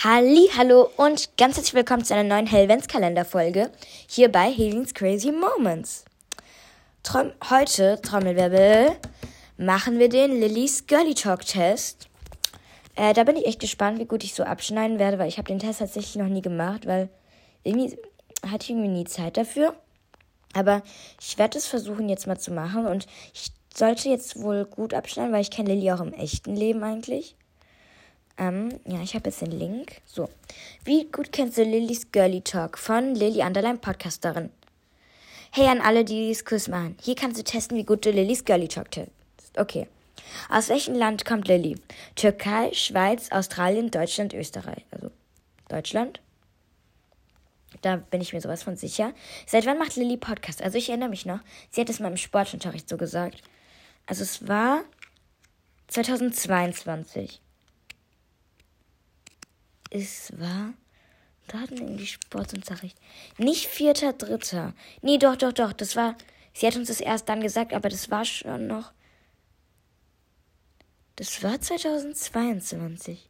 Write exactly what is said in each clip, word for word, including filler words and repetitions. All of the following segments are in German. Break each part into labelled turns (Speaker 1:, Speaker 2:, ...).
Speaker 1: Halli, hallo und ganz herzlich willkommen zu einer neuen Hellventskalender-Folge hier bei Helens Crazy Moments. Trom- heute, Trommelwirbel, machen wir den Lillys Girly Talk Test. Äh, da bin ich echt gespannt, wie gut ich so abschneiden werde, weil ich habe den Test tatsächlich noch nie gemacht, weil irgendwie hatte ich irgendwie nie Zeit dafür. Aber ich werde es versuchen jetzt mal zu machen und ich sollte jetzt wohl gut abschneiden, weil ich kenne Lilly auch im echten Leben eigentlich. Ähm, ja, ich habe jetzt den Link. So. Wie gut kennst du Lillys Girly Talk von Lilly Underline Podcasterin? Hey an alle, die dieses Quiz machen. Hier kannst du testen, wie gut du Lillys Girly Talk testest. Okay. Aus welchem Land kommt Lilly? Türkei, Schweiz, Australien, Deutschland, Österreich. Also Deutschland. Da bin ich mir sowas von sicher. Seit wann macht Lilly Podcast? Also ich erinnere mich noch. Sie hat es mal im Sportunterricht so gesagt. Also es war zweitausendzweiundzwanzig. Es war, da hatten wir irgendwie Sportunterricht. Nicht vierter, dritter. Nee, doch, doch, doch. Das war, sie hat uns das erst dann gesagt, aber das war schon noch, das war zweitausendzweiundzwanzig.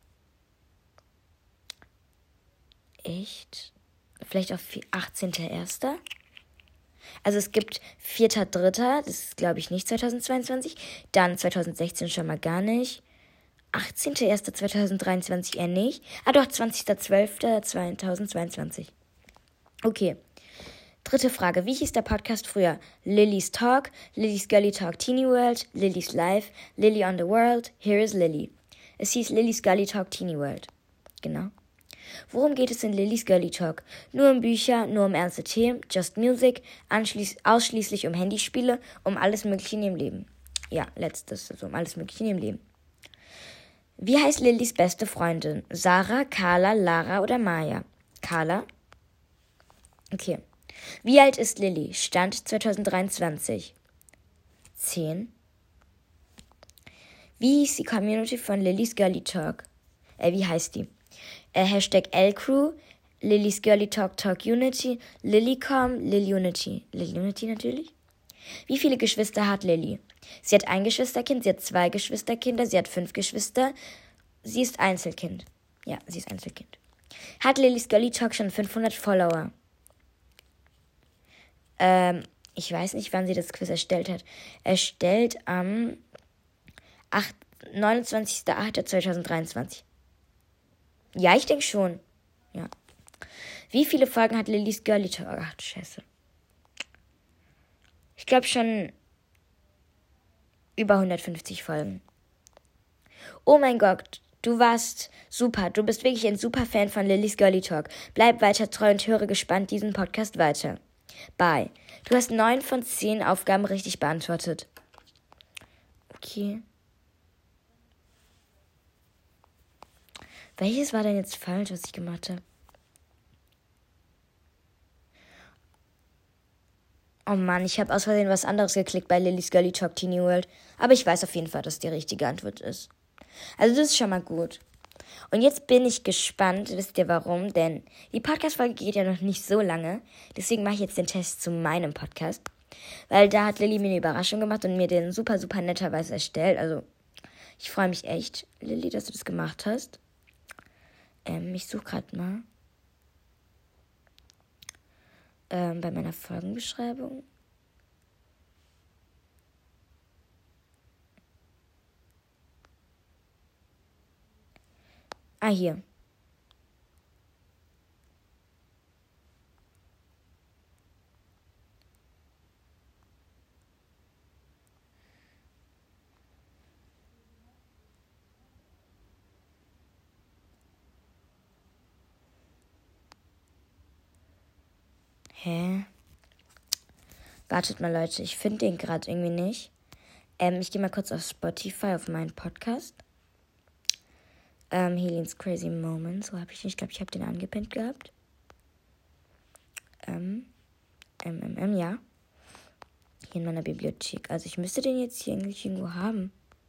Speaker 1: Echt? Vielleicht auch achtzehnter erster Also es gibt vierter, dritter Das ist, glaube ich, nicht zweitausendzweiundzwanzig. Dann zweitausendsechzehn schon mal gar nicht. achtzehnter erster zweitausenddreiundzwanzig eher nicht. Ah doch, zwanzigster zwölfter zweitausendzweiundzwanzig. Okay. Dritte Frage. Wie hieß der Podcast früher? Lillys Talk, Lillys Girly Talk Teeny World, Lillys Life, Lily on the World, Here is Lily. Es hieß Lillys Girly Talk Teeny World. Genau. Worum geht es in Lillys Girly Talk? Nur um Bücher, nur um ernste Themen, just music, anschließ- ausschließlich um Handyspiele, um alles Mögliche in ihrem Leben. Ja, letztes, also um alles Mögliche in ihrem Leben. Wie heißt Lillys beste Freundin? Sarah, Carla, Lara oder Maya? Carla. Okay. Wie alt ist Lilly? Stand zweitausenddreiundzwanzig. zehn. Wie hieß die Community von Lillys Girly Talk? Äh, wie heißt die? Äh, Hashtag L-Crew, Lillys Girly Talk Talk Unity, Lilycom, Lilunity. Lilunity natürlich. Wie viele Geschwister hat Lilly? Sie hat ein Geschwisterkind, sie hat zwei Geschwisterkinder, sie hat fünf Geschwister. Sie ist Einzelkind. Ja, sie ist Einzelkind. Hat Lillys Girly Talk schon fünfhundert Follower? Ähm, ich weiß nicht, wann sie das Quiz erstellt hat. Erstellt am neunundzwanzigster achter zweitausenddreiundzwanzig. Ja, ich denke schon. Ja. Wie viele Folgen hat Lillys Girly Talk? Ach, scheiße. Ich glaube schon über hundertfünfzig Folgen. Oh mein Gott, du warst super. Du bist wirklich ein super Fan von Lillys Girly Talk. Bleib weiter treu und höre gespannt diesen Podcast weiter. Bye. Du hast neun von zehn Aufgaben richtig beantwortet. Okay. Welches war denn jetzt falsch, was ich gemacht habe? Oh Mann, ich habe aus Versehen was anderes geklickt bei Lillys Girly Talk Teeny World. Aber ich weiß auf jeden Fall, dass die richtige Antwort ist. Also das ist schon mal gut. Und jetzt bin ich gespannt, wisst ihr warum? Denn die Podcast-Folge geht ja noch nicht so lange. Deswegen mache ich jetzt den Test zu meinem Podcast. Weil da hat Lilly mir eine Überraschung gemacht und mir den super, super netterweise erstellt. Also ich freue mich echt, Lilly, dass du das gemacht hast. Ähm, ich suche gerade mal. Ähm, bei meiner Folgenbeschreibung. Ah, hier. Hä? Wartet mal, Leute, ich finde den gerade irgendwie nicht. Ähm, ich gehe mal kurz auf Spotify, auf meinen Podcast. Ähm, Helens Crazy Moments, so habe ich nicht. Ich glaube, ich habe den angepinnt gehabt. Ähm, ähm, ähm, ähm, ja. Hier in meiner Bibliothek. Also ich müsste den jetzt hier irgendwie irgendwo haben.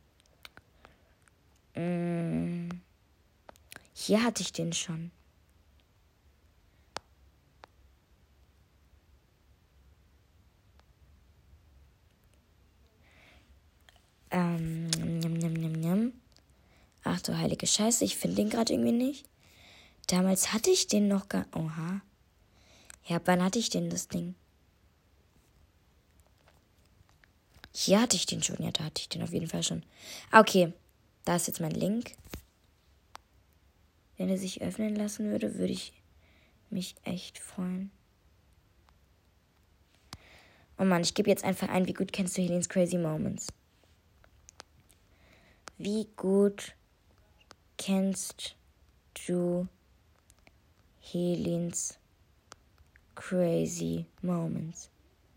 Speaker 1: Mm, hier hatte ich den schon. Ähm, njam, njam, njam, njam. Ach du heilige Scheiße, ich finde den gerade irgendwie nicht. Damals hatte ich den noch gar... Oha. Ja, wann hatte ich denn das Ding? Hier hatte ich den schon. Ja, da hatte ich den auf jeden Fall schon. Okay, da ist jetzt mein Link. Wenn er sich öffnen lassen würde, würde ich mich echt freuen. Oh Mann, ich gebe jetzt einfach ein, wie gut kennst du Helens Crazy Moments? Wie gut kennst du Helens Crazy Moments?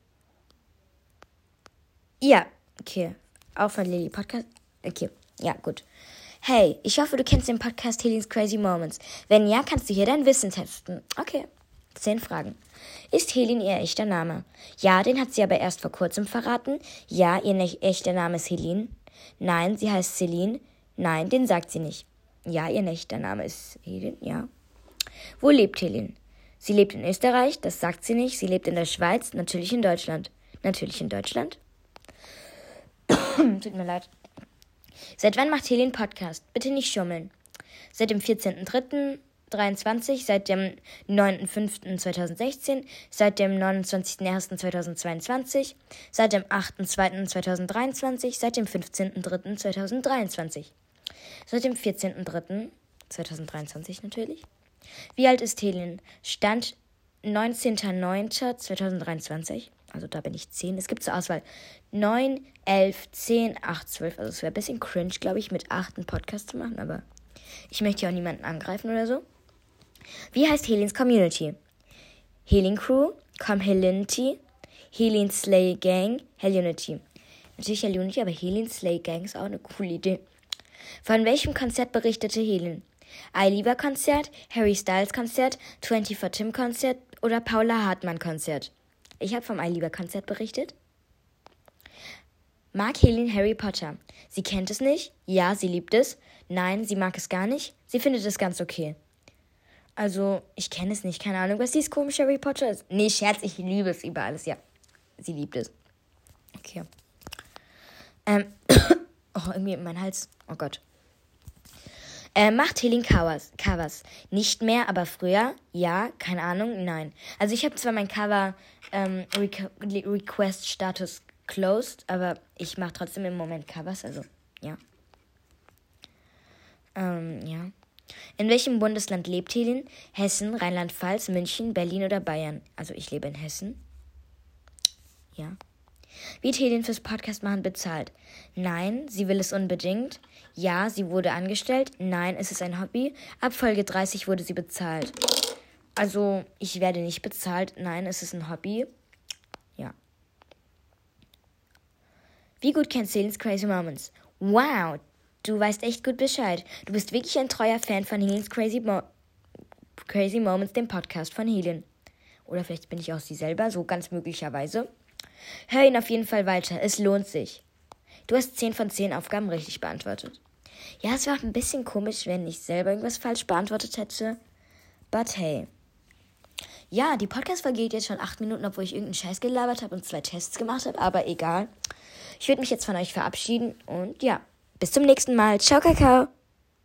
Speaker 1: Ja, okay. Auch von Lilly Podcast. Okay, ja, gut. Hey, ich hoffe, du kennst den Podcast Helens Crazy Moments. Wenn ja, kannst du hier dein Wissen testen. Okay. Zehn Fragen. Ist Helin ihr echter Name? Ja, den hat sie aber erst vor kurzem verraten. Ja, ihr ne- echter Name ist Helin. Nein, sie heißt Celine. Nein, den sagt sie nicht. Ja, ihr echter Name ist Helin, ja. Wo lebt Helin? Sie lebt in Österreich, das sagt sie nicht. Sie lebt in der Schweiz, natürlich in Deutschland. Natürlich in Deutschland. Tut mir leid. Seit wann macht Helin Podcast? Bitte nicht schummeln. Seit dem vierzehnten dritten dreiundzwanzig, seit dem neunten fünften zweitausendsechzehn, seit dem neunundzwanzigsten ersten zweitausendzweiundzwanzig, seit dem achten zweiten zweitausenddreiundzwanzig, seit dem fünfzehnten dritten zweitausenddreiundzwanzig, seit dem vierzehnten dritten zweitausenddreiundzwanzig natürlich. Wie alt ist Helin? Stand neunzehnten neunten zweitausenddreiundzwanzig, also da bin ich zehn. Es gibt zur Auswahl neun, elf, zehn, acht, zwölf, also es wäre ein bisschen cringe, glaube ich, mit acht einen Podcast zu machen, aber ich möchte hier auch niemanden angreifen oder so. Wie heißt Helens Community? Helin Crew, Comhelinity, Helin Slay Gang, Helunity. Natürlich Helunity, aber Helin Slay Gang ist auch eine coole Idee. Von welchem Konzert berichtete Helin? iLiva Konzert, Harry Styles Konzert, vierundzwanzig Tim Konzert oder Paula Hartmann Konzert? Ich habe vom iLiva Konzert berichtet. Mag Helin Harry Potter? Sie kennt es nicht. Ja, sie liebt es. Nein, sie mag es gar nicht. Sie findet es ganz okay. Also, ich kenne es nicht. Keine Ahnung, was dieses komische Harry Potter ist. Nee, Scherz, ich liebe es über alles. Ja, sie liebt es. Okay. Ähm, oh, irgendwie in meinen Hals. Oh Gott. Äh, macht Helin Covers? Covers. Nicht mehr, aber früher? Ja, keine Ahnung, nein. Also ich habe zwar mein Cover ähm, Re- Request Status closed, aber ich mache trotzdem im Moment Covers, also ja. Ähm, ja. In welchem Bundesland lebt Helin? Hessen, Rheinland-Pfalz, München, Berlin oder Bayern? Also ich lebe in Hessen. Ja. Wird Helin fürs Podcast machen bezahlt? Nein, sie will es unbedingt. Ja, sie wurde angestellt. Nein, es ist ein Hobby. Ab Folge dreißig wurde sie bezahlt. Also, ich werde nicht bezahlt. Nein, es ist ein Hobby. Ja. Wie gut kennst du Helens Crazy Moments? Wow, du weißt echt gut Bescheid. Du bist wirklich ein treuer Fan von Helens Crazy, Mo- Crazy Moments, dem Podcast von Helin. Oder vielleicht bin ich auch sie selber, so ganz möglicherweise. Hör ihn auf jeden Fall weiter, es lohnt sich. Du hast zehn von zehn Aufgaben richtig beantwortet. Ja, es war ein bisschen komisch, wenn ich selber irgendwas falsch beantwortet hätte. But hey. Ja, die Podcast-Folge geht jetzt schon acht Minuten, obwohl ich irgendeinen Scheiß gelabert habe und zwei Tests gemacht habe, aber egal. Ich würde mich jetzt von euch verabschieden und ja, bis zum nächsten Mal. Ciao, Kakao.